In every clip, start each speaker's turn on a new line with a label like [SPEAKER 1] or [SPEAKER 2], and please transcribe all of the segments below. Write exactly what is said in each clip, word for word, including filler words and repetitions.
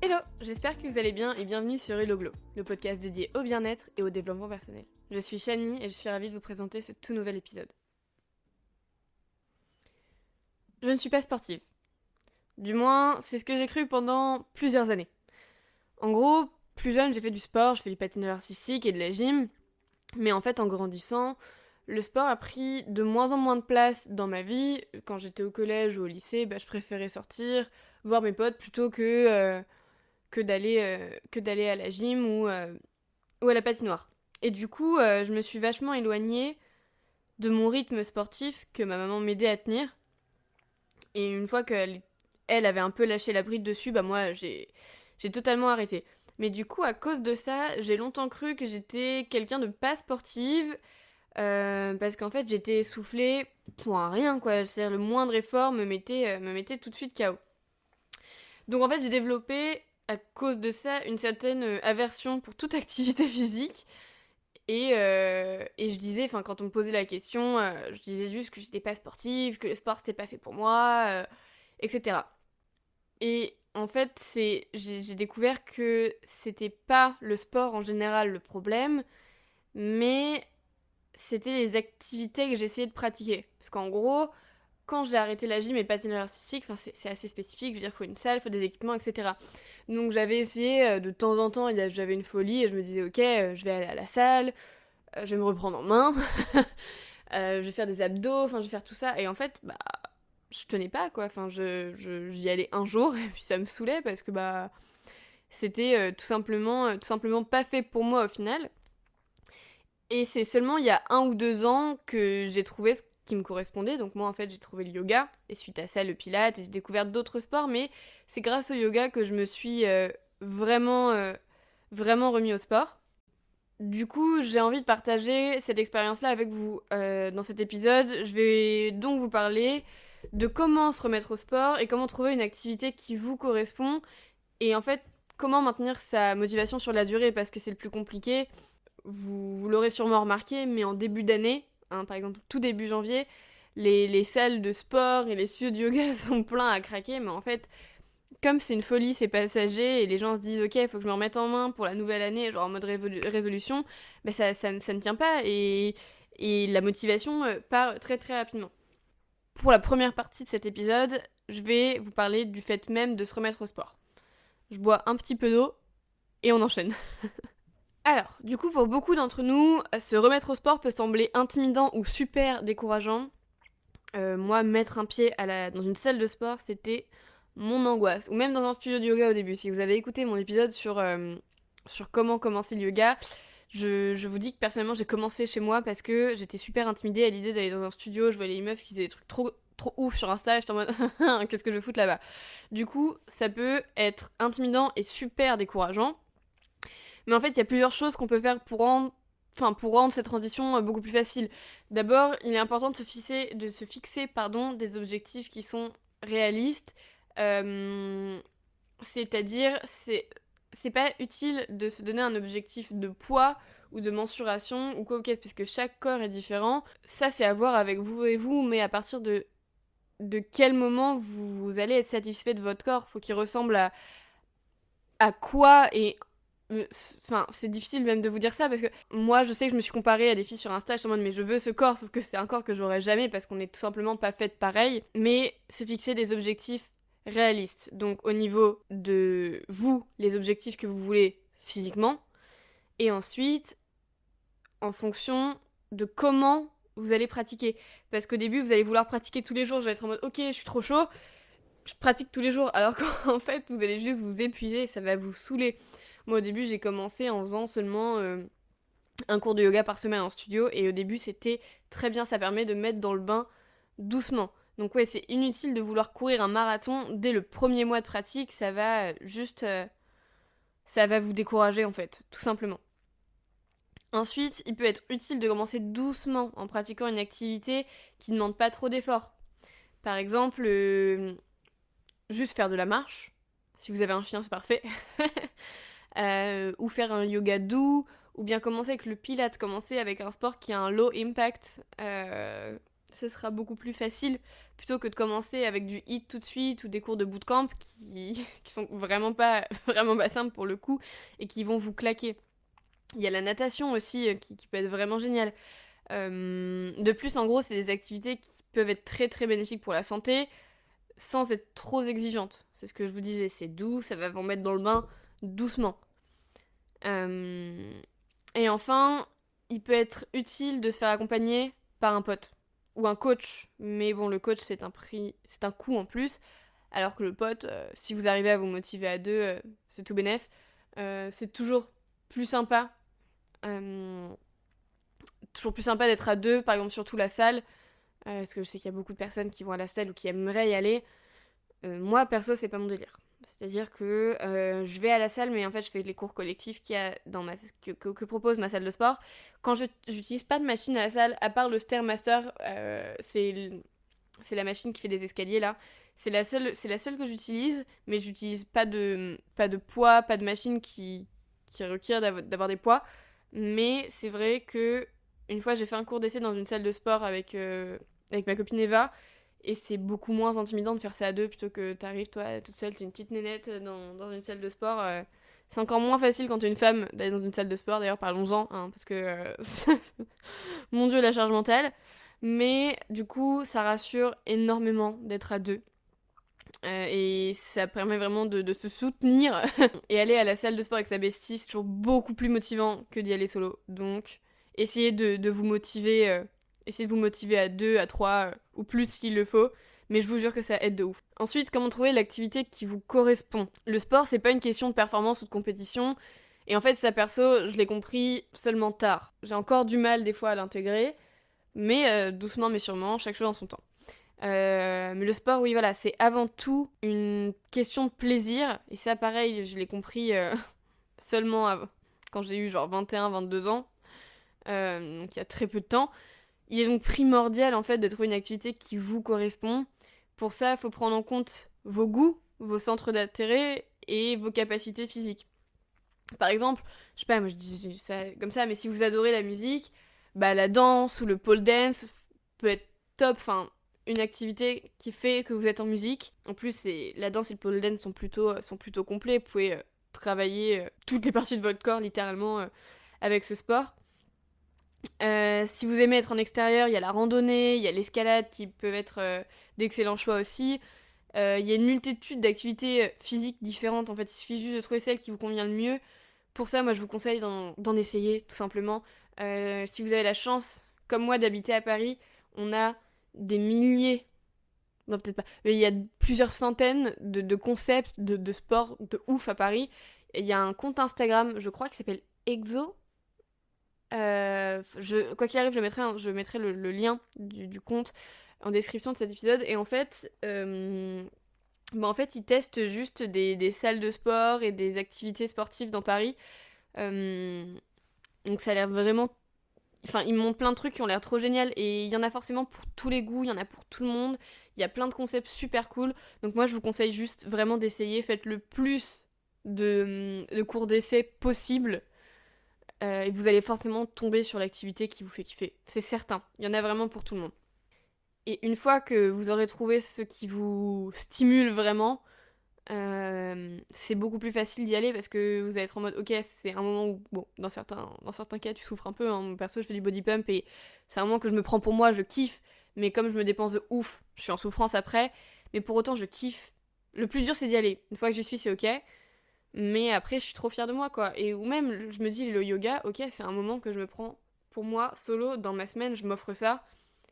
[SPEAKER 1] Hello, j'espère que vous allez bien et bienvenue sur Hello Glow, le podcast dédié au bien-être et au développement personnel. Je suis Shani et je suis ravie de vous présenter ce tout nouvel épisode. Je ne suis pas sportive. Du moins, c'est ce que j'ai cru pendant plusieurs années. En gros, plus jeune, j'ai fait du sport, je fais du patinage artistique et de la gym, mais en fait, en grandissant, le sport a pris de moins en moins de place dans ma vie. Quand j'étais au collège ou au lycée, bah, je préférais sortir, voir mes potes plutôt que... Euh, que d'aller euh, que d'aller à la gym ou, euh, ou à la patinoire. Et du coup, euh, je me suis vachement éloignée de mon rythme sportif que ma maman m'aidait à tenir. Et une fois qu'elle elle avait un peu lâché la bride dessus, bah moi, j'ai, j'ai totalement arrêté. Mais du coup, à cause de ça, j'ai longtemps cru que j'étais quelqu'un de pas sportive, euh, parce qu'en fait, j'étais essoufflée pour un rien, quoi. C'est-à-dire, le moindre effort me mettait, euh, me mettait tout de suite K O. Donc en fait, j'ai développé, à cause de ça, une certaine euh, aversion pour toute activité physique. Et, euh, et je disais, enfin quand on me posait la question, euh, je disais juste que j'étais pas sportive, que le sport c'était pas fait pour moi, euh, et cetera. Et en fait, c'est, j'ai, j'ai découvert que c'était pas le sport en général le problème, mais c'était les activités que j'essayais de pratiquer. Parce qu'en gros, quand j'ai arrêté la gym et le patinage artistique, enfin c'est, c'est assez spécifique, je veux dire, il faut une salle, il faut des équipements, et cetera. Donc j'avais essayé euh, de temps en temps, il y a- j'avais une folie et je me disais, ok, euh, je vais aller à la salle, euh, je vais me reprendre en main, euh, je vais faire des abdos, enfin je vais faire tout ça. Et en fait, bah, je tenais pas quoi, enfin je, je- j'y allais un jour et puis ça me saoulait parce que bah, c'était euh, tout simplement, euh, tout simplement pas fait pour moi au final. Et c'est seulement il y a un ou deux ans que j'ai trouvé ce qui me correspondait. Donc moi en fait j'ai trouvé le yoga et suite à ça le pilates et j'ai découvert d'autres sports. Mais c'est grâce au yoga que je me suis euh, vraiment, euh, vraiment remis au sport. Du coup j'ai envie de partager cette expérience-là avec vous. Euh, dans cet épisode je vais donc vous parler de comment se remettre au sport et comment trouver une activité qui vous correspond. Et en fait comment maintenir sa motivation sur la durée parce que c'est le plus compliqué. Vous, vous l'aurez sûrement remarqué, mais en début d'année, hein, par exemple tout début janvier, les, les salles de sport et les studios de yoga sont pleins à craquer, mais en fait, comme c'est une folie, c'est passager, et les gens se disent ok, il faut que je me remette en main pour la nouvelle année, genre en mode révolu- résolution, bah ça, ça, ça ne tient pas, et, et la motivation euh, part très très rapidement. Pour la première partie de cet épisode, je vais vous parler du fait même de se remettre au sport. Je bois un petit peu d'eau, et on enchaîne. Alors, du coup, pour beaucoup d'entre nous, se remettre au sport peut sembler intimidant ou super décourageant. Euh, moi, mettre un pied à la... dans une salle de sport, c'était mon angoisse. Ou même dans un studio de yoga au début. Si vous avez écouté mon épisode sur, euh, sur comment commencer le yoga, je, je vous dis que personnellement, j'ai commencé chez moi parce que j'étais super intimidée à l'idée d'aller dans un studio. Je voyais les meufs qui faisaient des trucs trop, trop ouf sur Insta. J'étais en mode, qu'est-ce que je fous là-bas? Du coup, ça peut être intimidant et super décourageant. Mais en fait, il y a plusieurs choses qu'on peut faire pour rendre, enfin, pour rendre cette transition euh, beaucoup plus facile. D'abord, il est important de se fixer, de se fixer pardon, des objectifs qui sont réalistes. Euh, c'est-à-dire, c'est, c'est pas utile de se donner un objectif de poids ou de mensuration ou quoi que ce soit, parce que chaque corps est différent. Ça, c'est à voir avec vous et vous, mais à partir de, de quel moment vous, vous allez être satisfait de votre corps, faut qu'il ressemble à, à quoi et enfin, c'est difficile même de vous dire ça parce que moi, je sais que je me suis comparée à des filles sur Insta, je suis en mode mais je veux ce corps, sauf que c'est un corps que j'aurais jamais parce qu'on est tout simplement pas faites pareil. Mais se fixer des objectifs réalistes. Donc au niveau de vous, les objectifs que vous voulez physiquement, et ensuite en fonction de comment vous allez pratiquer. Parce qu'au début, vous allez vouloir pratiquer tous les jours, je vais être en mode ok, je suis trop chaud, je pratique tous les jours, alors qu'en fait, vous allez juste vous épuiser, ça va vous saouler. Moi, au début, j'ai commencé en faisant seulement euh, un cours de yoga par semaine en studio, et au début, c'était très bien, ça permet de mettre dans le bain doucement. Donc ouais, c'est inutile de vouloir courir un marathon dès le premier mois de pratique, ça va euh, juste... euh, ça va vous décourager, en fait, tout simplement. Ensuite, il peut être utile de commencer doucement en pratiquant une activité qui ne demande pas trop d'efforts. Par exemple, euh, juste faire de la marche. Si vous avez un chien, c'est parfait. euh, ou faire un yoga doux, ou bien commencer avec le pilates, commencer avec un sport qui a un low impact euh, ce sera beaucoup plus facile plutôt que de commencer avec du hit tout de suite ou des cours de bootcamp qui, qui sont vraiment pas, vraiment pas simples pour le coup et qui vont vous claquer. Il y a la natation aussi euh, qui, qui peut être vraiment géniale. Euh, de plus, en gros, c'est des activités qui peuvent être très très bénéfiques pour la santé sans être trop exigeantes. C'est ce que je vous disais, c'est doux, ça va vous mettre dans le bain doucement. Euh, et enfin, il peut être utile de se faire accompagner par un pote ou un coach. Mais bon, le coach, c'est un prix, c'est un coût en plus. Alors que le pote, euh, si vous arrivez à vous motiver à deux, euh, c'est tout bénef. Euh, c'est toujours plus sympa. Euh, toujours plus sympa d'être à deux, par exemple, surtout la salle. Euh, parce que je sais qu'il y a beaucoup de personnes qui vont à la salle ou qui aimeraient y aller. Euh, moi, perso, c'est pas mon délire. C'est-à-dire que euh, je vais à la salle, mais en fait, je fais les cours collectifs qu'il y a dans ma... que, que, que propose ma salle de sport. Quand je j'utilise pas de machine à la salle, à part le Stairmaster, euh, c'est c'est la machine qui fait des escaliers là. C'est la seule, c'est la seule que j'utilise, mais j'utilise pas de, pas de poids, pas de machine qui, qui requiert d'av- d'avoir des poids. Mais c'est vrai que une fois, j'ai fait un cours d'essai dans une salle de sport avec, euh, avec ma copine Eva. Et c'est beaucoup moins intimidant de faire ça à deux plutôt que t'arrives toi toute seule, t'es une petite nénette dans, dans une salle de sport. euh, c'est encore moins facile quand t'es une femme d'aller dans une salle de sport, d'ailleurs parlons-en, hein, parce que euh, mon dieu la charge mentale. Mais du coup ça rassure énormément d'être à deux. Euh, et ça permet vraiment de, de se soutenir. Et aller à la salle de sport avec sa bestie, c'est toujours beaucoup plus motivant que d'y aller solo. Donc essayez de, de vous motiver, euh, essayez de vous motiver à deux, à trois, euh, ou plus s'il le faut. Mais je vous jure que ça aide de ouf. Ensuite, comment trouver l'activité qui vous correspond? Le sport, c'est pas une question de performance ou de compétition. Et en fait, ça perso, je l'ai compris seulement tard. J'ai encore du mal des fois à l'intégrer. Mais euh, doucement mais sûrement, chaque chose en son temps. Euh, mais le sport, oui, voilà, c'est avant tout une question de plaisir. Et ça, pareil, je l'ai compris euh, seulement av- quand j'ai eu genre vingt et un vingt-deux ans. Euh, donc il y a très peu de temps. Il est donc primordial, en fait, de trouver une activité qui vous correspond. Pour ça, il faut prendre en compte vos goûts, vos centres d'intérêt et vos capacités physiques. Par exemple, je sais pas, moi je dis ça comme ça, mais si vous adorez la musique, bah la danse ou le pole dance peut être top, enfin une activité qui fait que vous êtes en musique. En plus, c'est la danse et le pole dance sont plutôt sont plutôt complets, vous pouvez euh, travailler euh, toutes les parties de votre corps littéralement euh, avec ce sport. Euh, si vous aimez être en extérieur, il y a la randonnée, il y a l'escalade qui peuvent être euh, d'excellents choix aussi. Euh, Il y a une multitude d'activités euh, physiques différentes, en fait, il suffit juste de trouver celle qui vous convient le mieux. Pour ça, moi, je vous conseille d'en, d'en essayer, tout simplement. Euh, si vous avez la chance, comme moi, d'habiter à Paris, on a des milliers, non peut-être pas, mais il y a plusieurs centaines de, de concepts de, de sports de ouf à Paris. Il y a un compte Instagram, je crois, qui s'appelle Exo. Euh, je, quoi qu'il arrive, je mettrai, un- je mettrai le, le lien du, du compte en description de cet épisode. Et en fait, euh, bah, en fait, ils testent juste des, des salles de sport et des activités sportives dans Paris. Euh, donc ça a l'air vraiment... Enfin, ils me montrent plein de trucs qui ont l'air trop génial. Et il y en a forcément pour tous les goûts, il y en a pour tout le monde. Il y a plein de concepts super cool. Donc moi, je vous conseille juste vraiment d'essayer. Faites le plus de, de cours d'essai possible. Euh, et vous allez forcément tomber sur l'activité qui vous fait kiffer. C'est certain. Il y en a vraiment pour tout le monde. Et une fois que vous aurez trouvé ce qui vous stimule vraiment, euh, c'est beaucoup plus facile d'y aller parce que vous allez être en mode ok, c'est un moment où, bon, dans certains, dans certains cas tu souffres un peu, hein. Perso je fais du body pump et c'est un moment que je me prends pour moi, je kiffe, mais comme je me dépense de ouf, je suis en souffrance après, mais pour autant je kiffe. Le plus dur c'est d'y aller, une fois que j'y suis c'est ok, mais après je suis trop fière de moi quoi, et ou même je me dis le yoga, ok c'est un moment que je me prends pour moi, solo, dans ma semaine je m'offre ça,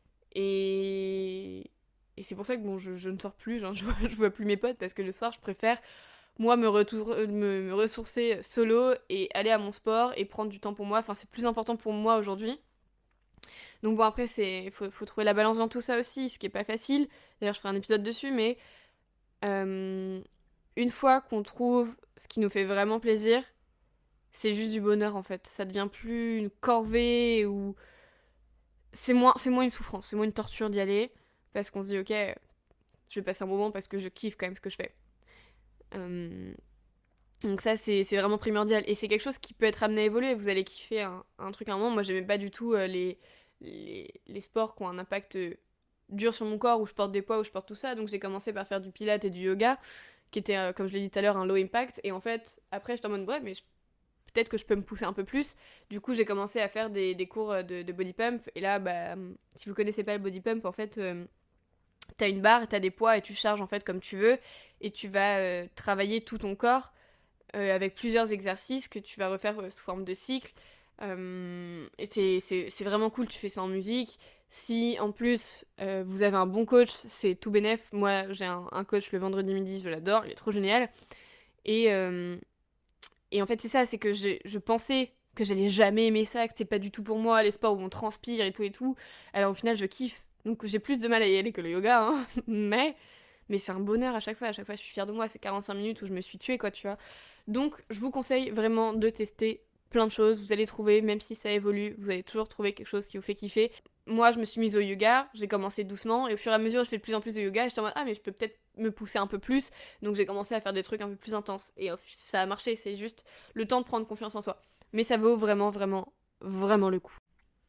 [SPEAKER 1] et... Et c'est pour ça que bon, je, je ne sors plus, genre, je, vois, je vois plus mes potes parce que le soir, je préfère, moi, me, retour, me, me ressourcer solo et aller à mon sport et prendre du temps pour moi. Enfin, c'est plus important pour moi aujourd'hui. Donc bon, après, c'est faut, faut trouver la balance dans tout ça aussi, ce qui est pas facile. D'ailleurs, je ferai un épisode dessus, mais euh, une fois qu'on trouve ce qui nous fait vraiment plaisir, c'est juste du bonheur en fait. Ça devient plus une corvée ou c'est moins, c'est moins une souffrance, c'est moins une torture d'y aller parce qu'on se dit ok, je vais passer un moment parce que je kiffe quand même ce que je fais. Euh, donc ça, c'est c'est vraiment primordial. Et c'est quelque chose qui peut être amené à évoluer. Vous allez kiffer un, un truc à un moment. Moi, j'aimais pas du tout euh, les, les, les sports qui ont un impact dur sur mon corps, où je porte des poids, où je porte tout ça, donc j'ai commencé par faire du pilates et du yoga, qui était, euh, comme je l'ai dit tout à l'heure, un low impact, et en fait, après, j'étais en mode, ouais, mais je- peut-être que je peux me pousser un peu plus, du coup, j'ai commencé à faire des, des cours euh, de, de body pump, et là, bah, si vous connaissez pas le body pump, en fait, euh, t'as une barre, t'as des poids, et tu charges, en fait, comme tu veux, et tu vas euh, travailler tout ton corps, euh, avec plusieurs exercices que tu vas refaire euh, sous forme de cycle. Euh, et c'est, c'est, c'est vraiment cool, tu fais ça en musique. Si en plus euh, vous avez un bon coach, c'est tout bénef. Moi j'ai un, un coach le vendredi midi, je l'adore, il est trop génial. Et, euh, et en fait c'est ça, c'est que j'ai- je pensais que j'allais jamais aimer ça, que c'était pas du tout pour moi, les sports où on transpire et tout et tout. Alors au final je kiffe. Donc j'ai plus de mal à y aller que le yoga, hein. mais, mais c'est un bonheur à chaque fois. À chaque fois je suis fière de moi, c'est quarante-cinq minutes où je me suis tuée quoi, tu vois. Donc, je vous conseille vraiment de tester plein de choses. Vous allez trouver, même si ça évolue, vous allez toujours trouver quelque chose qui vous fait kiffer. Moi, je me suis mise au yoga, j'ai commencé doucement, et au fur et à mesure, je fais de plus en plus de yoga, et j'étais en mode, ah, mais je peux peut-être me pousser un peu plus. Donc, j'ai commencé à faire des trucs un peu plus intenses. Et ça a marché, c'est juste le temps de prendre confiance en soi. Mais ça vaut vraiment, vraiment, vraiment le coup.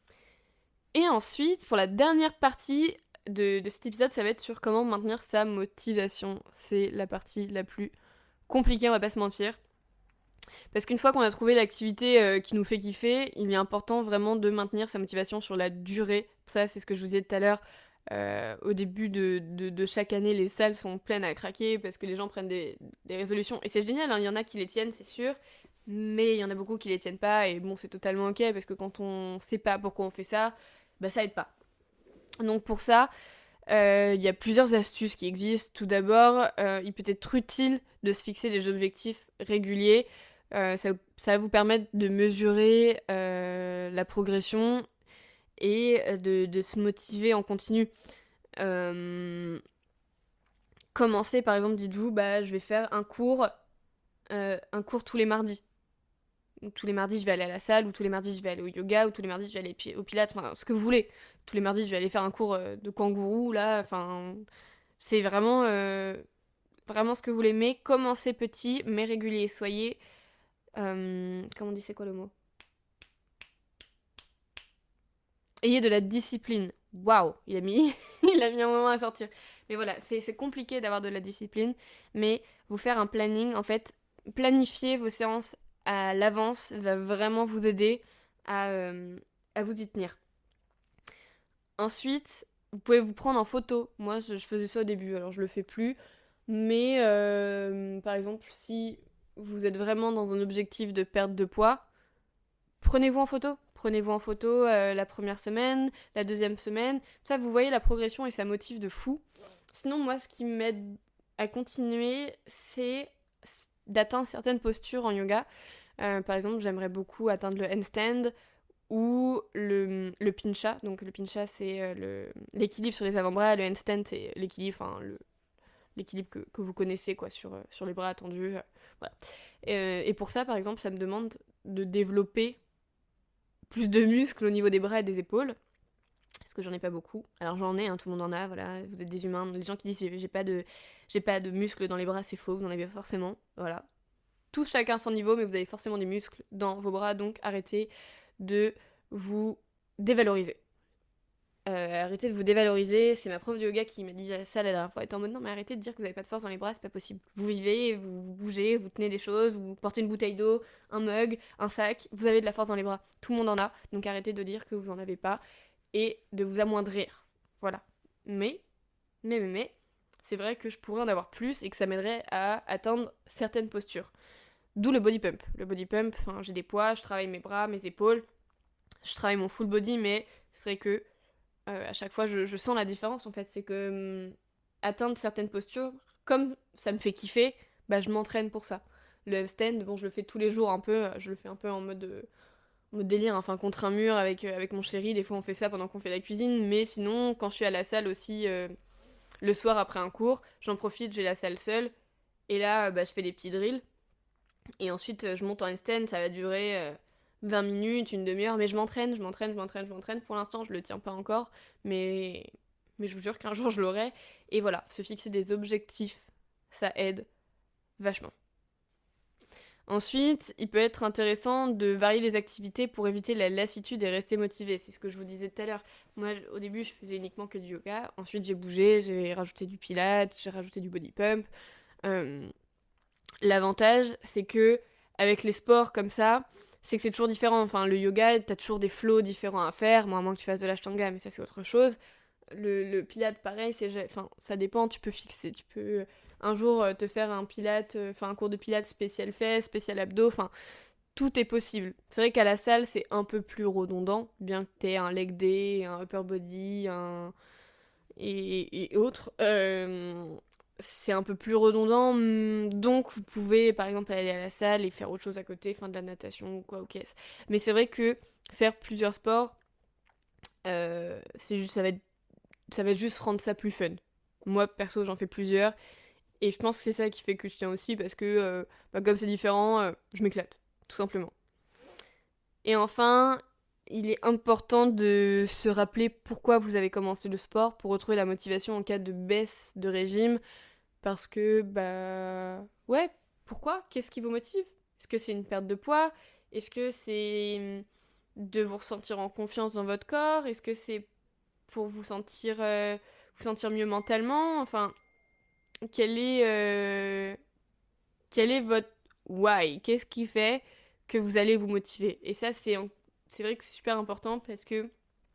[SPEAKER 1] Et ensuite, pour la dernière partie de, de cet épisode, ça va être sur comment maintenir sa motivation. C'est la partie la plus compliquée, on va pas se mentir. Parce qu'une fois qu'on a trouvé l'activité euh, qui nous fait kiffer, il est important vraiment de maintenir sa motivation sur la durée. Ça, c'est ce que je vous disais tout à l'heure. Euh, au début de, de- de chaque année, les salles sont pleines à craquer parce que les gens prennent des, des résolutions. Et c'est génial, hein, il y en a qui les tiennent, c'est sûr. Mais il y en a beaucoup qui les tiennent pas. Et bon, c'est totalement ok parce que quand on sait pas pourquoi on fait ça, bah ça aide pas. Donc pour ça, euh, il y a plusieurs astuces qui existent. Tout d'abord, euh, il peut être utile de se fixer des objectifs réguliers. Euh, ça, ça va vous permettre de mesurer euh, la progression et euh, de, de se motiver en continu. Euh, Commencez par exemple, dites-vous, bah, je vais faire un cours, euh, un cours tous les mardis. Donc, tous les mardis, je vais aller à la salle, ou tous les mardis, je vais aller au yoga, ou tous les mardis, je vais aller pi- au pilates, enfin, ce que vous voulez. Tous les mardis, je vais aller faire un cours euh, de kangourou, là, enfin, c'est vraiment, euh, vraiment ce que vous voulez. Mais commencez petit, mais régulier. Soyez, euh, comment on dit, c'est quoi le mot? Ayez de la discipline. Waouh, il a mis, il a mis un moment à sortir. Mais voilà, c'est c'est compliqué d'avoir de la discipline, mais vous faire un planning, en fait, planifier vos séances à l'avance va vraiment vous aider à, euh, à vous y tenir. Ensuite, vous pouvez vous prendre en photo. Moi, je, je faisais ça au début, alors je le fais plus. Mais euh, par exemple, si vous êtes vraiment dans un objectif de perte de poids, prenez-vous en photo. Prenez-vous en photo euh, la première semaine, la deuxième semaine. Ça, vous voyez la progression et ça motive de fou. Sinon, moi, ce qui m'aide à continuer, c'est d'atteindre certaines postures en yoga. Euh, par exemple, j'aimerais beaucoup atteindre le handstand ou le, le pincha. Donc le pincha, c'est euh, le- l'équilibre sur les avant-bras. Le handstand, c'est l'équilibre, enfin, le, l'équilibre que, que vous connaissez quoi, sur, euh, sur les bras tendus. euh, voilà. Euh, et pour ça, par exemple, ça me demande de développer plus de muscles au niveau des bras et des épaules. Parce que j'en ai pas beaucoup. Alors j'en ai, hein, tout le monde en a, voilà. Vous êtes des humains. Les gens qui disent j'ai j'ai pas de j'ai pas de muscles dans les bras, c'est faux. Vous en avez forcément. Voilà. Tous chacun son niveau, mais vous avez forcément des muscles dans vos bras, donc arrêtez de vous dévaloriser. Euh, arrêtez de vous dévaloriser. C'est ma prof de yoga qui m'a dit ça la dernière fois. Elle était en mode non, mais arrêtez de dire que vous avez pas de force dans les bras, c'est pas possible. Vous vivez, vous, vous bougez, vous tenez des choses, vous portez une bouteille d'eau, un mug, un sac, vous avez de la force dans les bras. Tout le monde en a, donc arrêtez de dire que vous en avez pas et de vous amoindrir. Voilà. Mais, mais, mais, mais, c'est vrai que je pourrais en avoir plus et que ça m'aiderait à atteindre certaines postures. D'où le body pump. Le body pump, enfin, j'ai des poids, je travaille mes bras, mes épaules, je travaille mon full body, mais c'est vrai que euh, à chaque fois, je, je sens la différence en fait. C'est que hum, atteindre certaines postures, comme ça me fait kiffer, bah je m'entraîne pour ça. Le handstand, bon, je le fais tous les jours un peu, euh, je le fais un peu en mode, euh, en mode délire, hein, enfin contre un mur avec, euh, avec mon chéri. Des fois, on fait ça pendant qu'on fait la cuisine, mais sinon, quand je suis à la salle aussi, euh, le soir après un cours, j'en profite, j'ai la salle seule, et là, euh, bah, je fais des petits drills. Et ensuite, euh, je monte en handstand, ça va durer euh, vingt minutes, une demi-heure, mais je m'entraîne, je m'entraîne, je m'entraîne, je m'entraîne. Pour l'instant, je le tiens pas encore, mais, mais je vous jure qu'un jour, je l'aurai. Et voilà, se fixer des objectifs, ça aide vachement. Ensuite, il peut être intéressant de varier les activités pour éviter la lassitude et rester motivé. C'est ce que je vous disais tout à l'heure. Moi, au début, je faisais uniquement que du yoga. Ensuite, j'ai bougé, j'ai rajouté du pilates, j'ai rajouté du body pump. Euh, L'avantage, c'est que avec les sports comme ça, c'est que c'est toujours différent. Enfin, le yoga, t'as toujours des flows différents à faire, bon, à moins que tu fasses de l'ashtanga, mais ça c'est autre chose. Le, le pilate, pareil, c'est, enfin, ça dépend, tu peux fixer, tu peux un jour euh, te faire un pilate, euh, enfin un cours de pilate spécial fesses, spécial abdos, enfin, tout est possible. C'est vrai qu'à la salle, c'est un peu plus redondant, bien que t'aies un leg day, un upper body, un... et, et autres. Euh, c'est un peu plus redondant, hum, donc vous pouvez par exemple aller à la salle et faire autre chose à côté, faire de la natation ou quoi, ou qu'est-ce. Mais c'est vrai que faire plusieurs sports, euh, c'est juste, ça va être, ça va juste rendre ça plus fun. Moi, perso, j'en fais plusieurs, et je pense que c'est ça qui fait que je tiens aussi, parce que euh, bah, comme c'est différent, euh, je m'éclate, tout simplement. Et enfin, il est important de se rappeler pourquoi vous avez commencé le sport pour retrouver la motivation en cas de baisse de régime. Parce que, bah, ouais, pourquoi? Qu'est-ce qui vous motive? Est-ce que c'est une perte de poids? Est-ce que c'est hum, de vous ressentir en confiance dans votre corps? Est-ce que c'est pour vous sentir, euh, vous sentir mieux mentalement? Enfin, quel est, euh, quel est votre why? Qu'est-ce qui fait que vous allez vous motiver? Et ça, c'est, en- c'est vrai que c'est super important parce que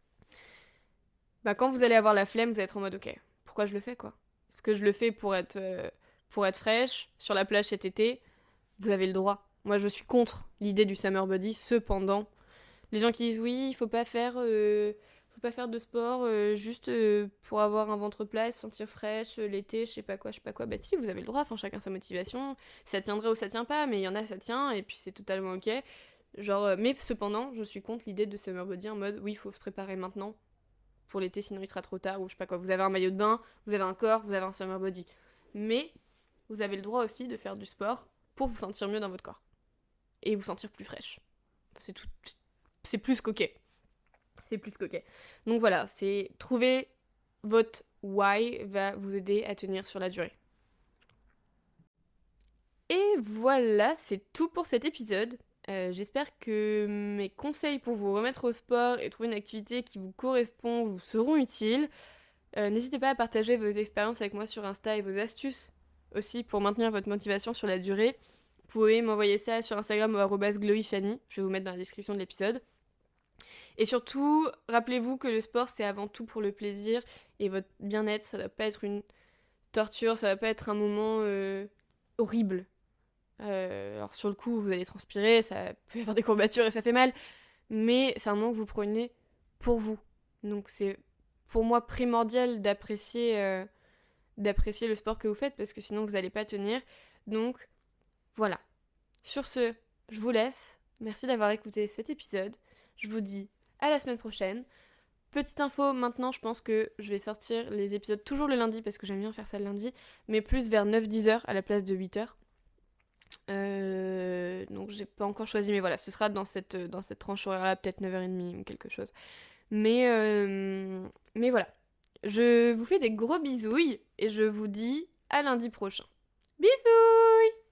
[SPEAKER 1] bah, quand vous allez avoir la flemme, vous allez être en mode ok, pourquoi je le fais quoi? Est-ce que je le fais pour être, euh, pour être fraîche sur la plage cet été? Vous avez le droit. Moi, je suis contre l'idée du summer body. Cependant, les gens qui disent oui, il faut pas faire, euh, faut pas faire de sport euh, juste euh, pour avoir un ventre plat et se sentir fraîche euh, l'été, je sais pas quoi, je sais pas quoi. Bah si, vous avez le droit. Enfin, chacun sa motivation. Ça tiendrait ou ça tient pas, mais il y en a ça tient et puis c'est totalement ok. Genre, euh, mais cependant, je suis contre l'idée de summer body en mode oui, il faut se préparer maintenant pour l'été, sinon il sera trop tard, ou je sais pas quoi. Vous avez un maillot de bain, vous avez un corps, vous avez un summer body. Mais vous avez le droit aussi de faire du sport pour vous sentir mieux dans votre corps. Et vous sentir plus fraîche. C'est tout. C'est plus qu'ok. C'est plus qu'ok. Donc voilà, c'est trouver votre why va vous aider à tenir sur la durée. Et voilà, c'est tout pour cet épisode. Euh, j'espère que mes conseils pour vous remettre au sport et trouver une activité qui vous correspond vous seront utiles. Euh, n'hésitez pas à partager vos expériences avec moi sur Insta et vos astuces aussi pour maintenir votre motivation sur la durée. Vous pouvez m'envoyer ça sur Instagram au arobase glowyfanny, je vais vous mettre dans la description de l'épisode. Et surtout, rappelez-vous que le sport c'est avant tout pour le plaisir et votre bien-être, ça ne doit pas être une torture, ça ne va pas être un moment euh, horrible. Euh, alors sur le coup, vous allez transpirer, ça peut y avoir des courbatures et ça fait mal, mais c'est un moment que vous prenez pour vous. Donc c'est pour moi primordial d'apprécier euh, d'apprécier le sport que vous faites parce que sinon vous n'allez pas tenir. Donc voilà. Sur ce, je vous laisse. Merci d'avoir écouté cet épisode. Je vous dis à la semaine prochaine. Petite info, maintenant je pense que je vais sortir les épisodes toujours le lundi parce que j'aime bien faire ça le lundi, mais plus vers neuf dix heures à la place de huit heures. Euh, donc j'ai pas encore choisi, mais voilà, ce sera dans cette, dans cette tranche horaire-là, peut-être neuf heures trente ou quelque chose. Mais, euh, mais voilà. Je vous fais des gros bisouilles et je vous dis à lundi prochain. Bisous!